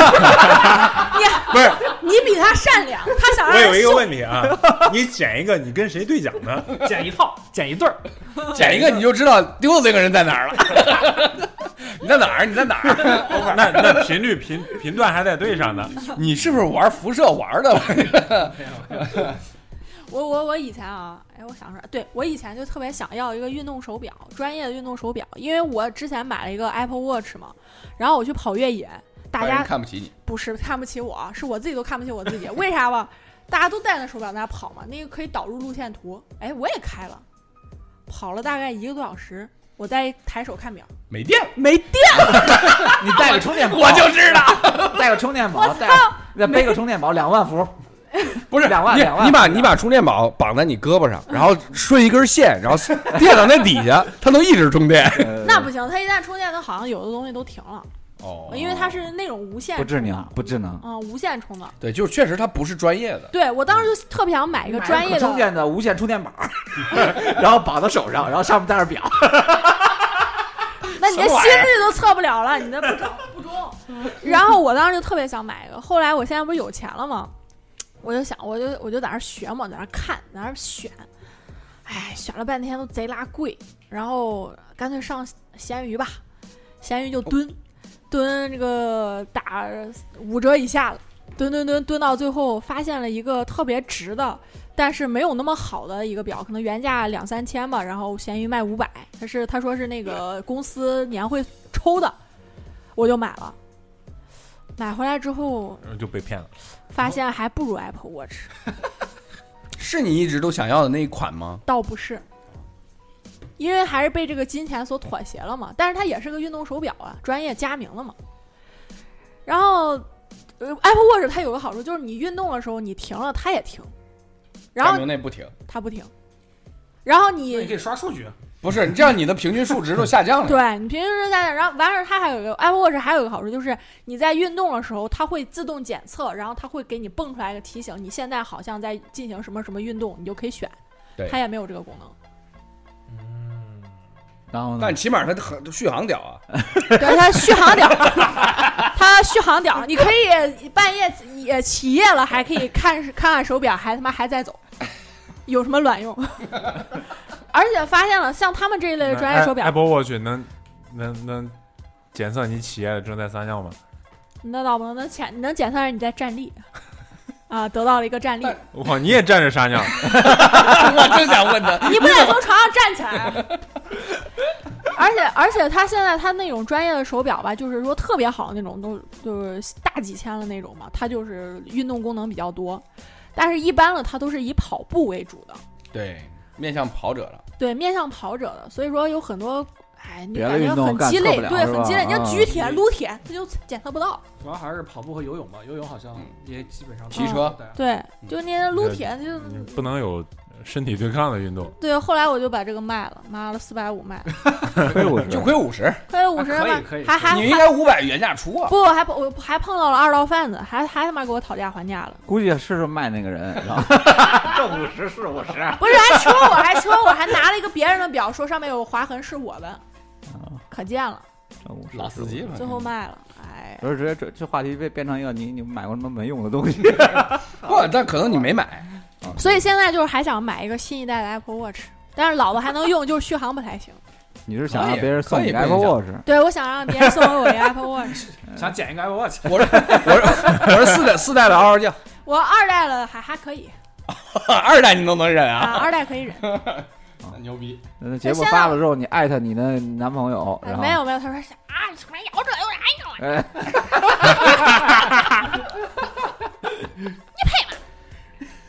不是你比他善良，他想让我有一个问题啊，你捡一个，你跟谁对讲呢？ 捡一套，捡一对儿， 捡一个你就知道丢的这个人在哪儿了。你在哪儿？你在哪儿？ 那那频率频频段还在对上呢。 你是不是玩辐射玩的了？ 我我我以前啊，哎，我想说，对我以前就特别想要一个运动手表，专业的运动手表，因为我之前买了一个 Apple Watch 嘛，然后我去跑越野，大家看不起你， 不是看不起我，是我自己都看不起我自己，为啥吧？大家都戴那手表在那跑嘛，那个可以导入路线图，哎，我也开了，跑了大概一个多小时，我再抬手看表， 没电， 没电， 你带个充电宝， 我就知道， 带个充电宝，带再背个充电宝，两万伏。 不是两万， 你两万。 你把你把充电宝绑在你胳膊上，然后顺一根线，然后垫到那底下，它能一直充电。 那不行，它一旦充电，它好像有的东西都停了。 哦， 因为它是那种无线， 不智能，不智能。 啊、嗯，无线充的。 对，就是确实它不是专业的。 对，我当时就特别想买一个专业的充电的无线充电宝，然后绑到手上，然后上面带着表。 那你的心率都测不了了，你那不中不中。然后我当时就特别想买一个，后来我现在不是有钱了吗？我就想，我就我就在那学嘛，在那看，在那选，哎，选了半天都贼拉贵，然后干脆上闲鱼吧，闲鱼就蹲，哦、蹲这个打五折以下了，蹲蹲蹲蹲到最后，发现了一个特别值的，但是没有那么好的一个表，可能原价两三千吧，然后闲鱼卖五百，他是他说是那个公司年会抽的，我就买了。买回来之后就被骗了， 发现还不如 Apple Watch。 是你一直都想要的那一款吗？ 倒不是，因为还是被这个金钱所妥协了嘛。但是它也是个运动手表啊，专业加名了嘛。然后、呃、Apple Watch 它有个好处，就是你运动的时候你停了，它也停。然后加名那不停， 它不停。然后你你可以刷数据。 不是，这样你的平均数值都下降了。 对，你平均数下降，然后完事它还有一个 Apple Watch 还有一个好处，就是你在运动的时候，它会自动检测，然后它会给你蹦出来一个提醒，你现在好像在进行什么什么运动，你就可以选。 对， 它也没有这个功能。 嗯，然后呢？ 但起码它续航屌啊。 对，它续航屌，它续航屌，你可以半夜也起夜了，还可以看看看手表，还他妈还在走，有什么卵用？而且发现了，像他们这一类的专业手表 ，Apple Watch 能能能检测你起夜正在撒尿吗？ 那倒不能，能检能检测你在站立啊，得到了一个站立。 哇，你也站着撒尿？ 我正想问他， 你不得从床上站起来？而且而且，他现在他那种专业的手表吧，就是说特别好的那种，都就是大几千的那种嘛，它就是运动功能比较多，但是一般的它都是以跑步为主的。 对。面向跑者了， 对，面向跑者的，所以说有很多，哎，你感觉很鸡肋，对，很鸡肋。你要举铁、 啊、 撸铁，它就检测不到。 主要还是跑步和游泳吧，游泳好像也基本上。 骑车， 对，就那撸铁就不能有身体对抗的运动。 对，后来我就把这个卖了，卖了四百五卖了，亏五十， 就亏五十， 亏了五十嘛，还还你应该五百原价出啊！ 不，还我还碰到了二道贩子，还还他妈给我讨价还价了。 估计是卖那个人，这五十是五十， 不是还说我还说我还拿了一个别人的表，说上面有划痕是我的，可见了， 老司机了， 最后卖了。哎， 不是直接这这话题被变成一个你你买过什么没用的东西？ 不，但可能你没买。 所以现在就是还想买一个新一代的 Apple Watch， 但是老的还能用，就是续航不太行。 你是想让别人送你 Apple Watch？ 对，我想让别人送给我一个 Apple Watch， 想捡一个 Apple Watch。 我是我是我是四代四代的嗷嗷叫， 我二代了还还可以， 二代你都能忍啊？ 啊，二代可以忍。 牛逼！ 那节目发了之后，你艾特你的男朋友，然后没有没有，他说啊，什么摇者有啥用？你配吗？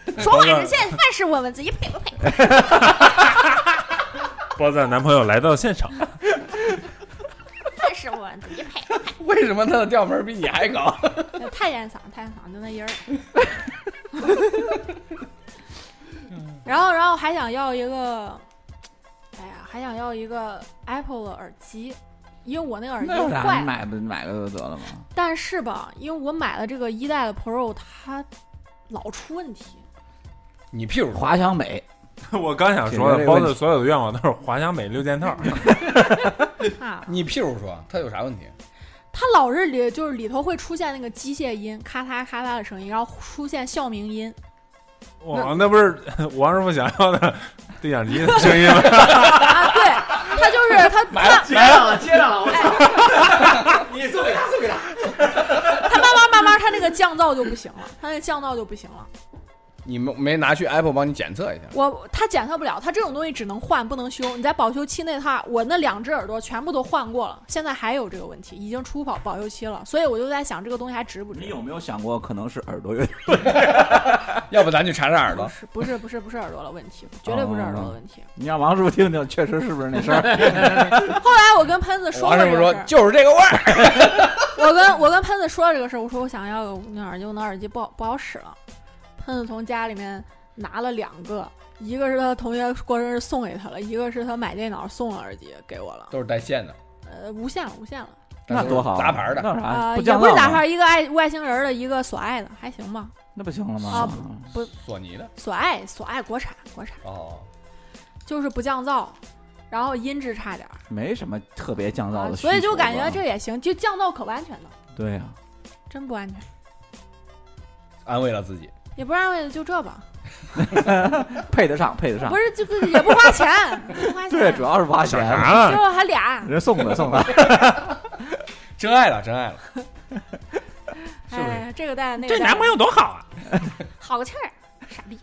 说话之前凡事问问自己配不配。 包子男朋友来到现场， 凡事问问自己配不配。 为什么他的调门比你还高？ 太烟嗓，太烟嗓，就那音儿。然后，然后还想要一个，哎呀，还想要一个 Apple 的耳机。因为我那个耳机坏， 买不买个就得了嘛。 但是吧，因为我买了这个一代的 Pro， 它老出问题。 你譬如滑翔美， 我刚想说的，包子所有的愿望都是滑翔美六件套。 啊， 你譬如说，它有啥问题？ 它老是里就是里头会出现那个机械音，咔嗒咔嗒的声音，然后出现校名音。 哇，那不是王师傅想要的对讲机的声音吗？ 啊，对，他就是他买了， 接上了，接上了，我操！你送给他，送给他。 他慢慢慢慢，他那个降噪就不行了，他那个降噪就不行了。 你没没拿去 Apple 帮你检测一下？ 我他检测不了，他这种东西只能换不能修。你在保修期内，他我那两只耳朵全部都换过了，现在还有这个问题，已经出保保修期了。所以我就在想，这个东西还值不值？ 你有没有想过，可能是耳朵有点？ 要不咱去查查耳朵？ 不是不是不是不是耳朵的问题，绝对不是耳朵的问题。 哦、你让王师傅听听，确实是不是那事儿？ 后来我跟喷子说了这个事儿， 王师傅说就是这个味儿。 我跟我跟喷子说了这个事儿，我说我想要个无线耳机，我那耳机不好不好使了。喷子从家里面拿了两个，一个是他同学过生日送给他了，一个是他买电脑送了耳机给我了， 都是带线的， 呃，无线了，无线了， 那多好， 杂牌的， 那啥， 啊、 不也不是杂牌，一个爱外星人的，一个索爱的，还行吧？ 那不行了吗？ 啊，不， 索尼的， 索爱，索爱国产，国产， 哦， 就是不降噪，然后音质差点， 没什么特别降噪的、啊， 所以就感觉这也行，就降噪可安全的。 对呀、啊， 真不安全， 安慰了自己。 也不安慰的就这吧， 配得上，配得上。 不是，这个也不花钱，不花钱。 对，主要是不花钱。 就还俩人送的，送的。 真爱了，真爱了。 是不是？哎、这个带那个这男朋友多好啊！ 好个气儿，傻逼。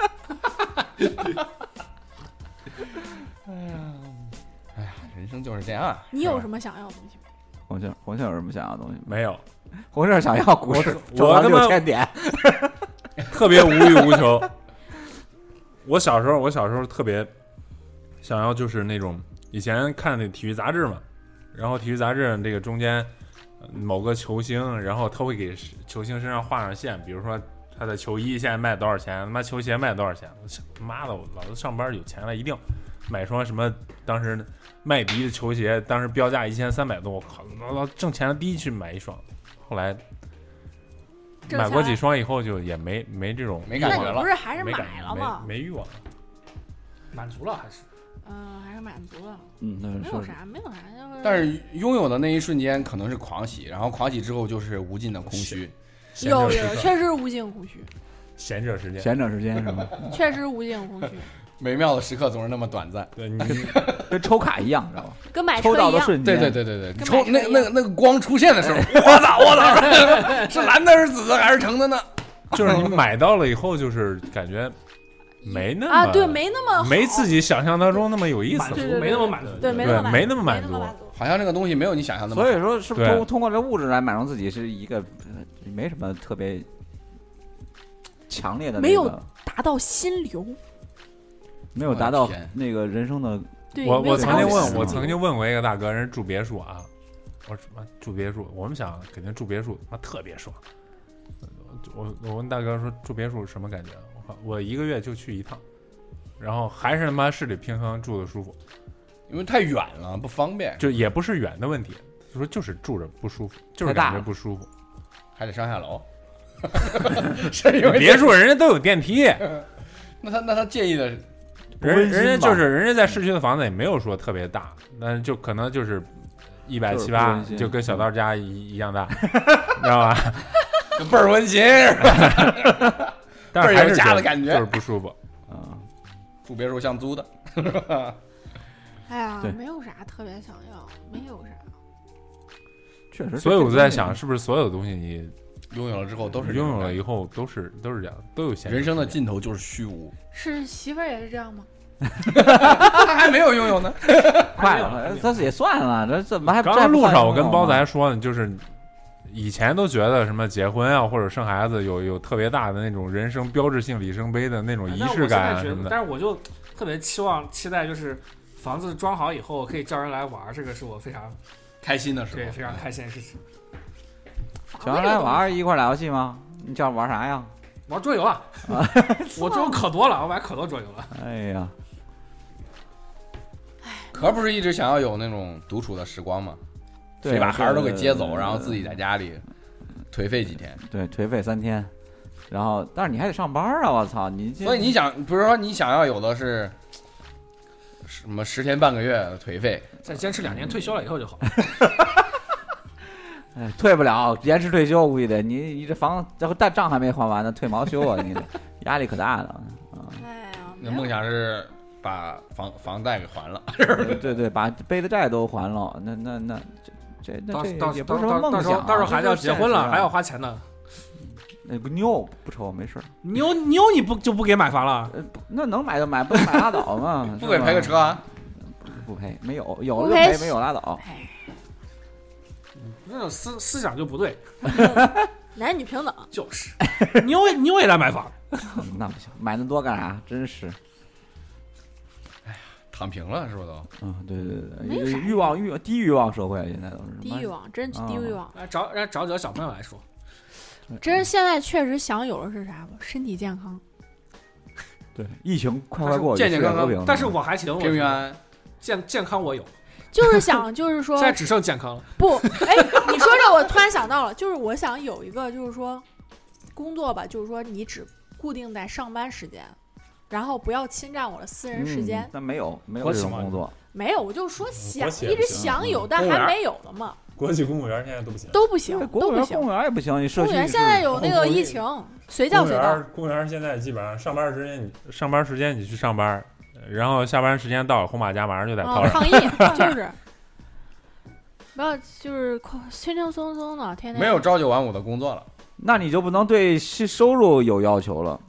哎呀，哎呀，人生就是这样。 你有什么想要的东西没？ 红杏，红杏有什么想要的东西没有？ 红杏想要股市， 我六千点。 特别无欲无求。我小时候，我小时候特别想要，就是那种以前看那体育杂志嘛，然后体育杂志这个中间某个球星，然后他会给球星身上画上线，比如说他的球衣现在卖多少钱，他妈球鞋卖多少钱。我想妈的，我老子上班有钱了，一定买双什么当时麦迪的球鞋，当时标价一千三百多，我靠，老挣钱了第一去买一双，后来。买过几双以后就也没没这种没感觉了， 不是还是买了吗？没欲望， 满足了还是？ 嗯、呃，还是满足了。 嗯， 没有啥，没有啥。就是、 但是拥有的那一瞬间可能是狂喜，然后狂喜之后就是无尽的空虚。 有有，确实无尽空虚。 闲者时间， 闲者时间是吗？ 确实无尽空虚。 美妙的时刻总是那么短暂， 对你跟抽卡一样，知道吧？ 跟买车一样。 抽到的瞬间， 对对对对对，抽那那个那个光出现的时候，我操我操，是蓝的，是紫的，还是橙的呢？ 就是你买到了以后，就是感觉没那么啊，对，没那么没自己想象当中那么有意思， 对对对没那么满足， 对， 没那么没那么满足， 好像这个东西没有你想象的。 所以说，是不是通通过这物质来满足自己，是一个没什么特别强烈的、那个， 没有达到心流。 没有达到那个人生的。 我我曾经问，我曾经问过一个大哥，人住别墅啊，我说什么住别墅？我们想肯定住别墅，他妈特别爽。我我问大哥说住别墅什么感觉？我我一个月就去一趟，然后还是他妈十里平衡住的舒服， 因为太远了不方便。 就也不是远的问题，就说就是住着不舒服，就是感觉不舒服， 还得上下楼。是因为别墅人家都有电梯， 那他那他介意的。 人人家就是人家在市区的房子也没有说特别大，但是就可能就是一百七八，就跟小道家一一样大，知道吧？ 倍儿温馨， 但是还是家的感觉， 就是不舒服啊。 住别墅像租的， 哎呀，没有啥特别想要，没有啥。 确实， 所以我在想，是不是所有东西你拥有了之后都是拥有了以后都是都是这样，都有限制。 人生的尽头就是虚无。 是媳妇儿也是这样吗？ 他还没有拥有呢， 快了，这也算了，这怎么还？ 刚刚路上我跟包子还说呢，就是以前都觉得什么结婚啊或者生孩子有有特别大的那种人生标志性里程碑的那种仪式感啊什么的， 但是我就特别期望期待就是房子装好以后可以叫人来玩，这个是我非常开心的事， 对，非常开心的事情。 叫人来玩一块打游戏吗？你叫玩啥呀？ 玩桌游啊！我桌游可多了，我买可多桌游了。 哎呀， 可不是一直想要有那种独处的时光吗？ 对， 把孩儿都给接走，然后自己在家里颓废几天。 对，颓废三天，然后但是你还得上班啊！我操，你所以你想，比如说你想要有的是什么十天半个月的颓废， 再坚持两年退休了以后就好。 哎，退不了，延迟退休估计得你你这房这贷账还没还完呢，退毛休啊！你压力可大了啊！ 哎呀， 那梦想是把房房贷给还了， 对对，把背的债都还了，那那那这这那这也不是什么梦想、啊， 到时候到时候孩子要结婚了，还要花钱呢。 那不妞不愁没事， 妞妞你不就不给买房了？ 呃，那能买就买，不能买拉倒嘛。 不给赔个车啊？ 不赔，没有有就赔，没有拉倒。 那种思思想就不对， 男女平等就是妞妞也来买房， 那不行，买那多干啥？真是， 哎呀，躺平了是不是都？ 嗯，对对对，欲望欲低欲望社会现在都是低欲望，真低欲望。 来找来找几个小朋友来说， 真是现在确实想有的是啥不？身体健康。 对，疫情快快过， 健健康康。 但是我还行， 平平安安， 健健康我有。 就是想，就是说， 现在只剩健康了。 不，哎，你说这我突然想到了，就是我想有一个，就是说，工作吧，就是说你只固定在上班时间，然后不要侵占我的私人时间。 那、嗯、没有，没有这种工作。 没有，我就说想，一直想有，但还没有了嘛。 国企公务员现在都不行， 都不行， 都不行。公务员也不行，你社区。 公务员现在有那个疫情，随叫随到。 公务员现在基本上上班时间你上班时间你去上班。然后下班时间到，红马甲马上就得套上、 哦、抗议，就是不要就是轻轻松松的，天天没有朝九晚五的工作了， 那你就不能对收入有要求了。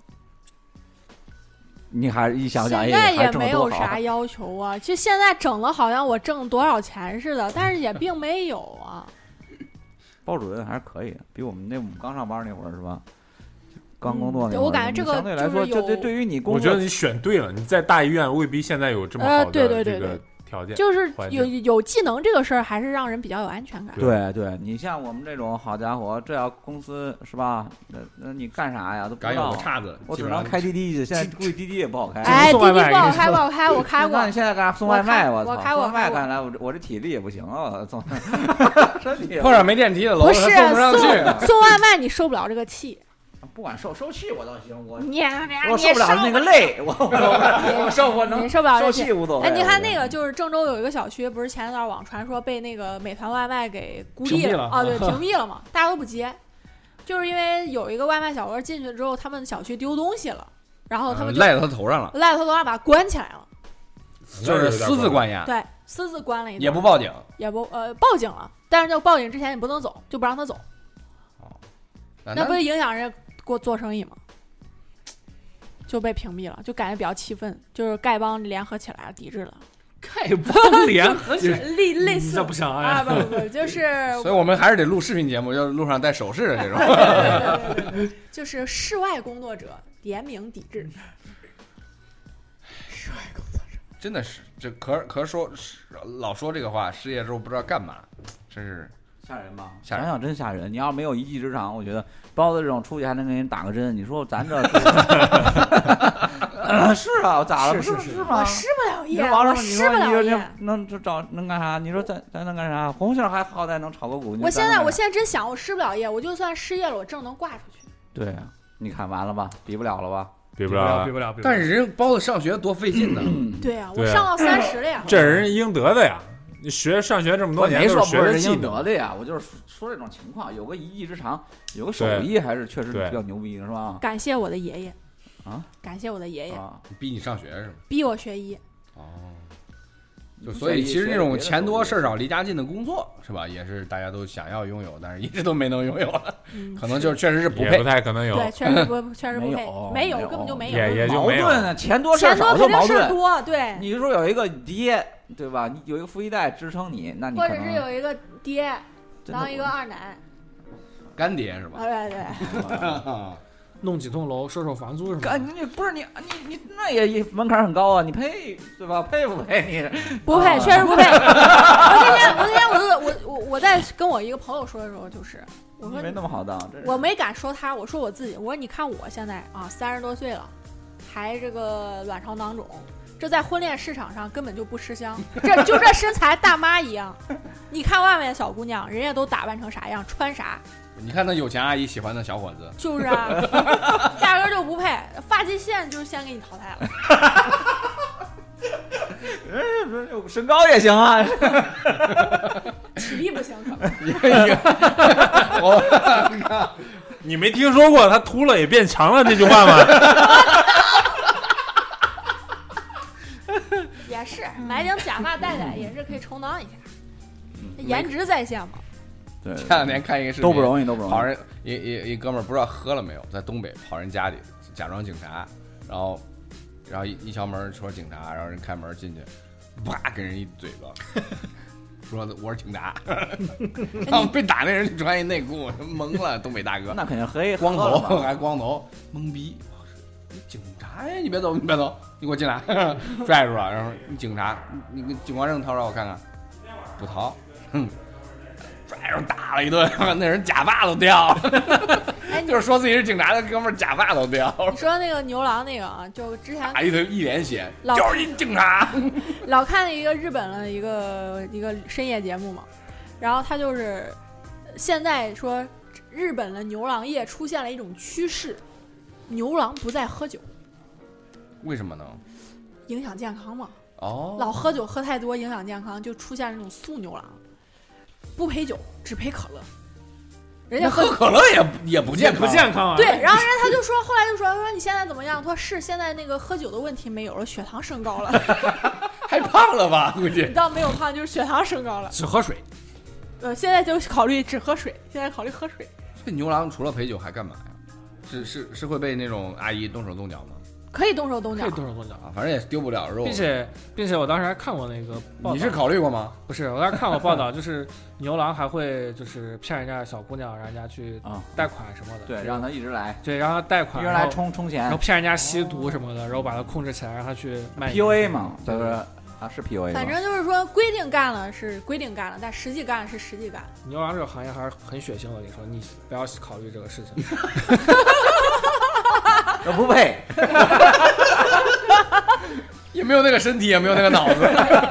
你还一想想， 现在也没有啥要求啊，就现在整的好像我挣多少钱似的，但是也并没有啊。 包主任还是可以的，比我们那我们刚上班那会儿是吧？刚工作那会儿、 嗯，我感觉这个相对来说，这对于你工作， 我觉得你选对了。你在大医院未必现在有这么好的这个条件， 就是有有技能这个事儿，还是让人比较有安全感。 对对，你像我们这种，好家伙，这要公司是吧？那那你干啥呀？都不知道。 有个岔子， 我只能开滴滴去。现在估计滴滴也不好开。 哎，滴滴不好开，不好开，我开过。 那你现在干啥送外卖？我操！ 送外卖干来，我我这体力也不行啊，送身体碰上没电梯的楼， 不是送不上去。 送外卖你受不了这个气。 不管受受气我倒行，我你我受不了那个累，我我我受我能你受不了受气无所谓。 哎，你看那个就是郑州有一个小区，不是前一段网传说被那个美团外卖给孤立了啊？对，屏蔽了嘛，大家都不接，就是因为有一个外卖小哥进去之后，他们小区丢东西了，然后他们就赖到他头上了， 赖到他头上把他关起来了， 就是私自关押， 对，私自关了一， 也不报警， 也不呃报警了，但是就报警之前你不能走，就不让他走， 哦， 那不是影响人给我做生意吗？就被屏蔽了，就感觉比较气愤，就是丐帮联合起来抵制了。 丐帮联合起来， 类类似这不行啊！不不不，就是， 所以我们还是得录视频节目，要路上带手势的这种。 对对对对对，就是室外工作者联名抵制。 室外工作者真的是这可可说老说这个话，失业之后不知道干嘛，真是。 吓人吧？ 想想真吓人！你要没有一技之长，我觉得包子这种出去还能给人打个针。你说咱这是啊，咋了？ 是是是吗？ 我失不了业， 我失不了业。 能找能干啥？你说咱咱能干啥？红杏还好歹能炒个股。 我现在我现在真想，我失不了业，我就算失业了，我证能挂出去。 对啊，你看完了吧？比不了了吧？ 比不了， 比不了。 但是人包子上学多费劲呢。 对啊，我上到三十了呀。 这人应得的呀。你学上学这么多年都是学的技能的呀，我就是说这种情况，有个一技之长，有个手艺还是确实比较牛逼，是吧？ 感谢我的爷爷啊， 感谢我的爷爷， 啊、 逼你上学是吗？ 逼我学医。 哦，就所以其实那种钱多事少离家近的工作是吧，也是大家都想要拥有，但是一直都没能拥有了，嗯、可能就是确实是不配， 不太可能有， 对，确实不，确实不配，没有， 根本就没有， 也也就没有矛盾呢，钱多事少都矛盾， 多，对， 你说有一个爹。对吧？你有一个富一代支撑你，那你或者是有一个爹当一个二奶， 干爹是吧？ 对对， 弄几栋楼收收房租什么的。 干你不是你你你那也门槛很高啊，你配对吧？配不配你？ 不配，确实不配。我那天我那天我就我我我在跟我一个朋友说的时候，就是我说没那么好当， 我没敢说他，我说我自己，我说你看我现在啊三十多岁了，还这个卵巢囊肿。这在婚恋市场上根本就不吃香，这就这身材大妈一样。你看外面小姑娘，人家都打扮成啥样，穿啥？ 你看那有钱阿姨喜欢的小伙子， 就是啊，压根就不配。发际线就是先给你淘汰了。 嗯，身高也行啊， 体力不行可能。 我你没听说过他秃了也变强了这句话吗？ 也是买顶假发戴戴，也是可以充当一下，颜值在线嘛。 对， 前两天看一个视频， 都不容易，都不容易。 跑人一一一哥们儿不知道喝了没有，在东北跑人家里假装警察，然后然后一一敲门说警察，然后人开门进去，啪给人一嘴巴，说我是警察，然后被打那人穿一内裤，懵了，东北大哥， 那肯定黑， 光头还光头，懵逼。你警察呀！你别走，你别走，你给我进来，拽住了，然后你警察，你你警官证掏出来我看看，不掏，哼，拽住打了一顿，那人假发都掉了， 哎， 就是说自己是警察的哥们儿假发都掉了。 你说那个牛郎那个啊，就之前打一堆一脸血， 老就是一警察。 老看一个日本的一个一个深夜节目嘛，然后他就是现在说日本的牛郎业出现了一种趋势。牛郎不再喝酒， 为什么呢？ 影响健康嘛。 哦， 老喝酒喝太多影响健康，就出现这种素牛郎，不陪酒只陪可乐。人家喝可乐也也不健康， 不健康啊。 对，然后人家他就说，后来就说说你现在怎么样？他说是现在那个喝酒的问题没有了，血糖升高了， 还胖了吧？估计你倒没有胖，就是血糖升高了。 只喝水。 呃，现在就考虑只喝水，现在考虑喝水。 所以牛郎除了陪酒还干嘛呀？是是是会被那种阿姨动手动脚吗？ 可以动手动脚， 可以动手动脚啊，反正也丢不了肉。 并且并且我当时还看过那个报道， 你是考虑过吗？ 不是，我当时看过报道，就是牛郎还会就是骗人家小姑娘，让人家去贷款什么的， 对，让他一直来， 对，让他贷款， 一直来充充钱， 然后骗人家吸毒什么的，然后把他控制起来，让他去卖 P U A 嘛，对不对？啊，是 P U A， 反正就是说规定干了是规定干了，但实际干是实际干。 牛郎这个行业还是很血腥的，我跟你说，你不要考虑这个事情。 我不配， 也没有那个身体，也没有那个脑子。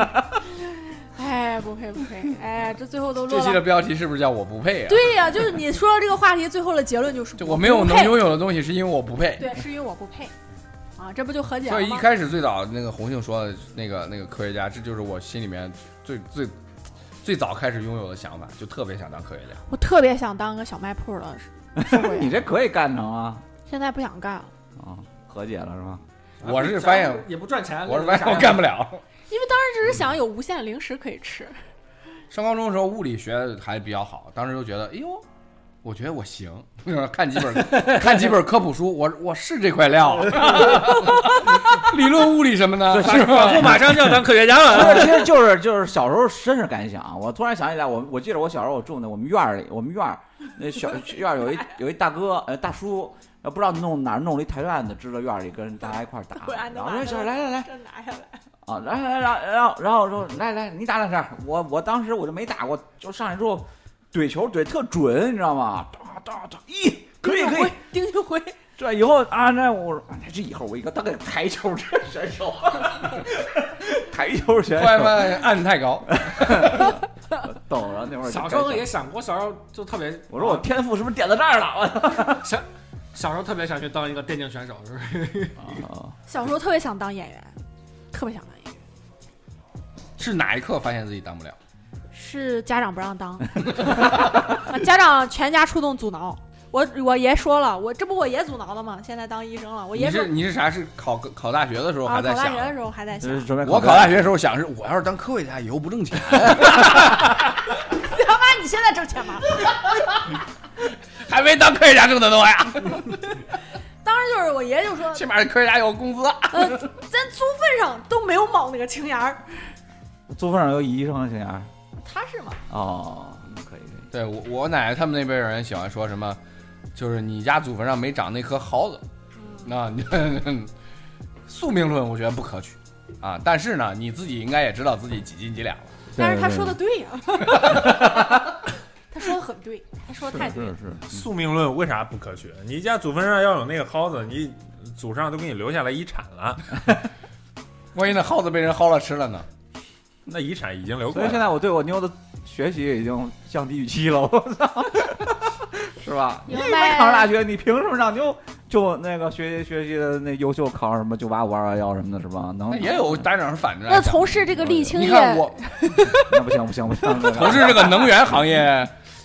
哎，不配不配，哎，这最后都落这期的标题是不是叫我不配啊？ 对呀、啊，就是你说的这个话题，最后的结论就是就我没有能拥有的东西，是因为我不配。 对，是因为我不配。啊，这不就和解了吗？ 所以一开始最早那个洪庆说的那个那个科学家，这就是我心里面最最最早开始拥有的想法，就特别想当科学家。 我特别想当个小卖铺的你这可以干成啊？ 现在不想干了。 啊，和解了是吧？ 我是发现也不赚钱， 我是发现我干不了， 因为当时只是想有无限零食可以吃。 上高中的时候物理学还比较好，当时就觉得，哎呦。我觉得我行，看几本看几本科普书，我我是这块料，理论物理什么的，是吧？ 我马上就要当科学家了。 其实就是就是小时候真是感想，我突然想起来，我我记得我小时候我住那我们院里，我们院那小院有一有一大哥呃大叔，不知道弄哪儿弄了一台院子支到院里，跟大家一块打，然后说小来来来， 拿下来。 啊，来来来，然后然后说来来你打两下，我我当时我就没打过，就上去之后。怼球怼特准，你知道吗？哒哒哒，咦，可以可以， 丁丁回。 这以后啊，那我说，那这以后我一个当个台球选手，台球选手， 后来发现按太高， 懂了那会儿。 小时候也想过，小时候就特别， 我说我天赋是不是点到这儿了？ 小小时候特别想去当一个电竞选手，是不是？ 小时候特别想当演员，特别想当演员。 是哪一刻发现自己当不了？ 是家长不让当，家长全家出动阻挠。我我爷说了，我这不我爷阻挠的吗？现在当医生了，我爷说你是你是啥？是考考大学的时候还在想？ 啊、考大学的时候还在想。 我考大学的时候想是，我要是当科学家，以后不挣钱。 他妈，你现在挣钱吗？ 还没当科学家挣得多呀。 当时就是我爷就说， 起码科学家有工资。 呃，咱租份上都没有卯那个青眼儿。 租份上有医生的青眼儿。 他是吗？ 哦，可以可以。 对我我奶奶他们那边人喜欢说什么，就是你家祖坟上没长那颗蒿子，那你宿命论我觉得不可取啊。但是呢，你自己应该也知道自己几斤几两了。 但是他说的对呀、啊，他说的很对，他说的太对了。 是是宿命论为啥不可取？你家祖坟上要有那个蒿子，你祖上都给你留下来遗产了， 万一那蒿子被人薅了吃了呢？ 那遗产已经留过所以现在我对我妞的学习已经降低预期了，我操，是吧？你没考上大学，你凭什么让妞就那个学习学习的那优秀考上什么九八五二二幺什么的，是吧？能那也有家长是反着。 那从事这个沥青业， 你看我， 那不行不行不行， 从事这个能源行业，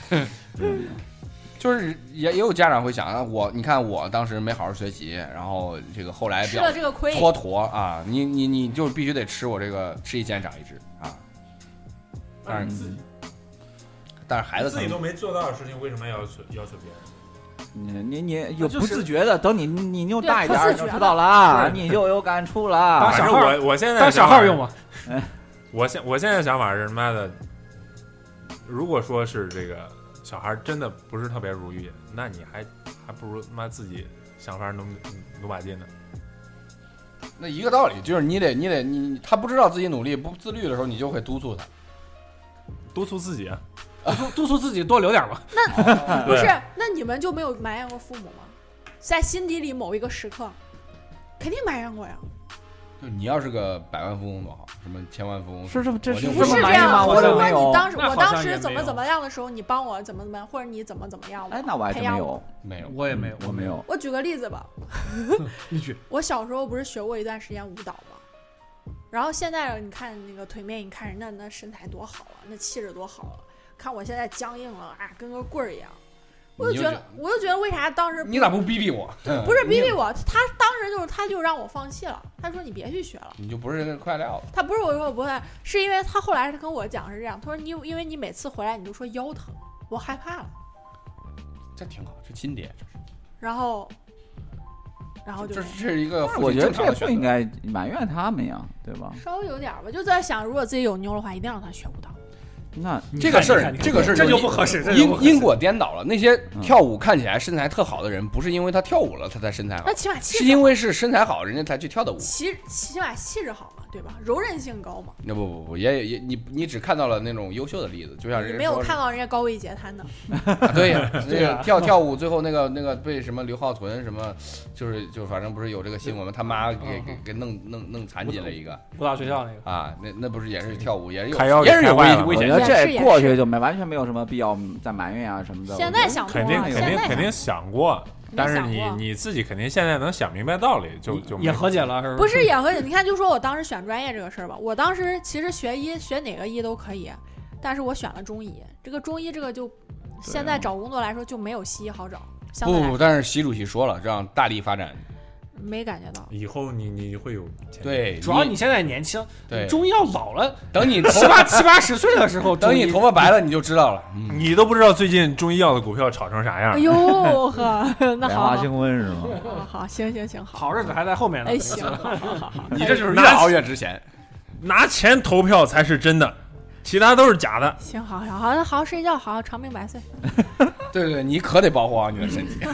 就是也也有家长会想，我你看我当时没好好学习，然后这个后来吃了这个亏， 蹉跎啊，你你你就必须得吃我这个吃一堑长一智啊。但是自己， 但是孩子自己都没做到的事情，为什么要求要求别人？ 你你你有不自觉的，等你你妞大一点就就知道了，你就有感触了。 反正我我现在当小号用嘛。 我现我现在想法是他妈的，如果说是这个小孩真的不是特别如意，那你还还不如他妈自己想法努努把劲呢。 那一个道理，就是你得你得你他不知道自己努力不自律的时候，你就会督促他， 督促自己啊。 督促督促自己多留点吧。 那不是，那你们就没有埋怨过父母吗？在心底里某一个时刻，肯定埋怨过呀。 就你要是个百万富翁多好，什么千万富翁， 是这这是不是这样吗？我说没有。 你当时我当时怎么怎么样的时候，你帮我怎么怎么样，或者你怎么怎么样？ 哎，那我还真没有， 没有， 我也没有， 我没有。 我举个例子吧， 一句， 我小时候不是学过一段时间舞蹈吗？然后现在你看那个腿妹，你看人家那身材多好啊，那气质多好啊。看我现在僵硬了啊，跟个棍儿一样，我就觉得，我就觉得为啥当时你咋不逼逼我？ 不是逼逼我，他当时就是他就让我放弃了，他说你别去学了， 你就不是个快料子。 他不是我说我不会，是因为他后来他跟我讲是这样，他说你因为你每次回来你就说腰疼，我害怕了。 这挺好，这亲爹，这是。 然后，然后就这是一个， 我觉得这不应该埋怨他们呀，对吧？ 稍微有点吧，就在想，如果自己有妞的话，一定让他学舞蹈。 那这个事儿，这个事儿这就不合适， 因因果颠倒了。那些跳舞看起来身材特好的人，不是因为他跳舞了他才身材好， 那起码气质是因为是身材好，人家才去跳的舞。 起起码气质好嘛，对吧？柔韧性高嘛。 那不不不，也也你你只看到了那种优秀的例子，就像人没有看到人家高位截瘫的。 对呀，那个跳跳舞最后那个那个被什么刘浩存什么，就是就反正不是有这个新闻吗？他妈给给给弄弄弄残疾了一个舞蹈学校那个啊，那那不是也是跳舞，也是有开腰也是有危危险。 这过去就没完全没有什么必要再埋怨啊什么的。 现在想肯定肯定肯定想过，但是你你自己肯定现在能想明白道理，就就也和解了，是不是也和解？你看，就说我当时选专业这个事儿吧，我当时其实学医学哪个医都可以，但是我选了中医。这个中医这个就现在找工作来说就没有西医好找。 不不，但是习主席说了，让大力发展。 没感觉到， 以后你你会有对， 主要你现在年轻， 对， 中医要老了， 等你七八七八十岁的时候， 等你头发白了，你就知道了。 嗯、你都不知道最近中医药的股票炒成啥样。 哎呦呵，那好， 莲花清瘟是吗？ 好，行行行， 好日子还在后面呢。 哎，行，好好好， 你这就是越熬越值钱， 拿钱投票才是真的，其他都是假的。 行，好好好，好好睡觉，好好长命百岁。 对对，你可得保护好你的身体。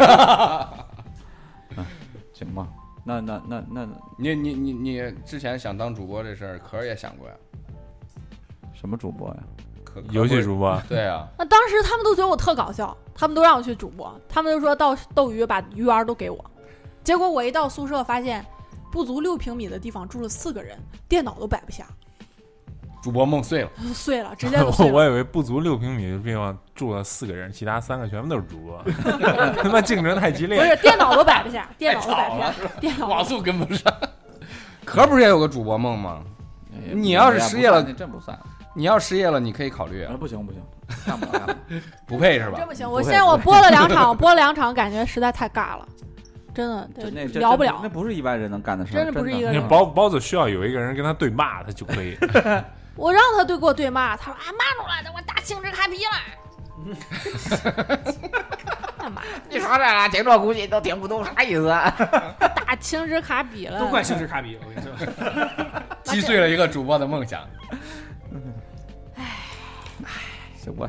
行吧。那那那那， 你你你你之前想当主播这事儿，可儿也想过呀？ 什么主播呀？ 可游戏主播？ 对啊。 那当时他们都觉得我特搞笑，他们都让我去主播，他们就说到斗鱼把鱼丸都给我。结果我一到宿舍，发现不足六平米的地方住了四个人，电脑都摆不下。 主播梦碎了， 碎了，直接就碎了。 我以为不足六平米的地方住了四个人，其他三个全部都是主播，他妈竞争太激烈。 不是，电脑都摆不下，电脑都摆不下，电脑网速跟不上。可不是也有个主播梦吗？你要是失业了， 真不算。 你要失业了，你可以考虑啊。 不行不行，干不了， 不配是吧？ 真不行，我现在我播了两场，播了两场，感觉实在太尬了。真的聊不了， 那不是一般人能干的事， 真的不是一个人。 包包子需要有一个人跟他对骂，他就可以。 我让他对给我对骂，他说啊骂住了，我打青之卡皮了。干嘛？ 你说这个听着估计都听不懂啥意思。 打青之卡比了， 都怪青之卡比，我跟你说，击碎了一个主播的梦想。 唉唉，行吧行吧，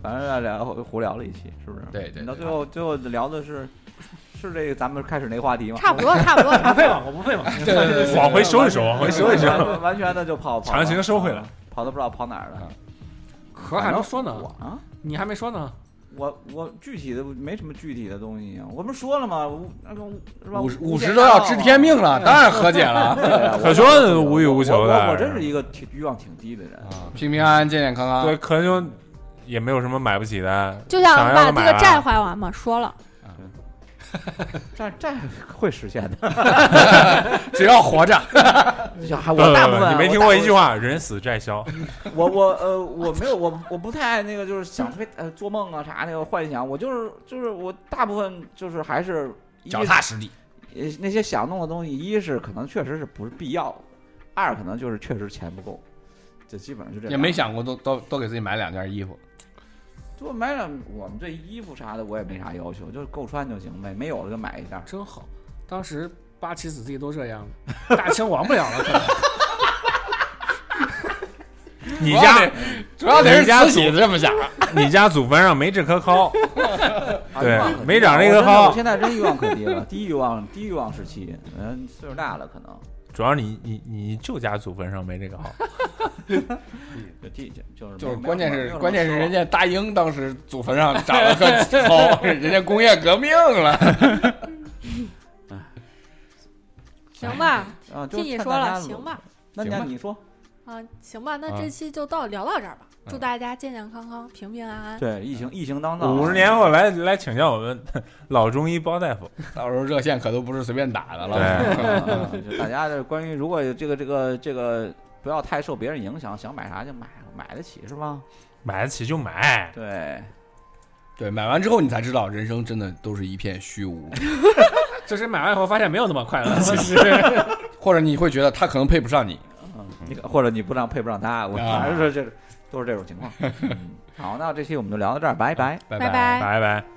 反正聊胡聊了一期，是不是？ 对对。 到最后最后聊的是是这个咱们开始那个话题吗？ 差不多，差不多，差不配网，我不配网。 对对对， 往回收一收，往回收一收， 完全的就跑， 强行收回来， 跑都不知道跑哪儿了。 可还没说呢啊， 你还没说呢。 我我具体的没什么具体的东西啊，我不是说了吗？那个五十五十都要知天命了，当然和解了。 可兄无欲无求的， 我我真是一个挺欲望挺低的人啊，平平安安、健健康康。 对，可兄也没有什么买不起的， 就想把这个债还完嘛，说了。 债债会实现的， 只要活着。 我大部分你没听过一句话“人死债消”。 我我呃我没有我我不太爱那个就是想特别呃做梦啊啥那个幻想，我就是就是我大部分就是还是脚踏实地。 呃那些想弄的东西，一是可能确实是不是必要，二可能就是确实钱不够，就基本上就这样。 也没想过都都都给自己买两件衣服。 就买两，我们这衣服啥的我也没啥要求，就是够穿就行呗，没有了就买一件。 真好，当时八旗子弟都这样，大清亡不了了。可能你家主要得是自己这么想， 你家祖坟上没这棵蒿，对，没长这棵蒿。 我现在真欲望可低了，低欲望，低欲望时期，嗯，岁数大了可能。 主要你你你舅家祖坟上没这个号， 就是就是关键是关键是人家大英当时祖坟上长了个号，人家工业革命了。 行吧， 啊， 听你说了，行吧。 那你你说啊，行吧，那这期就到聊到这儿吧。祝大家健健康康、平平安安。 对，疫情疫情当道。 五十年后来来请教我们老中医包大夫， 到时候热线可都不是随便打的了。 对，大家的关于如果这个这个这个不要太受别人影响，想买啥就买，买得起是吧？ 买得起就买。 对， 对，买完之后你才知道人生真的都是一片虚无。 就是买完以后发现没有那么快乐，其实， 或者你会觉得他可能配不上你， 嗯，你或者你不让配不上他，我反正是这都是这种情况。嗯，好，那这期我们就聊到这儿，拜拜， 拜拜拜拜拜。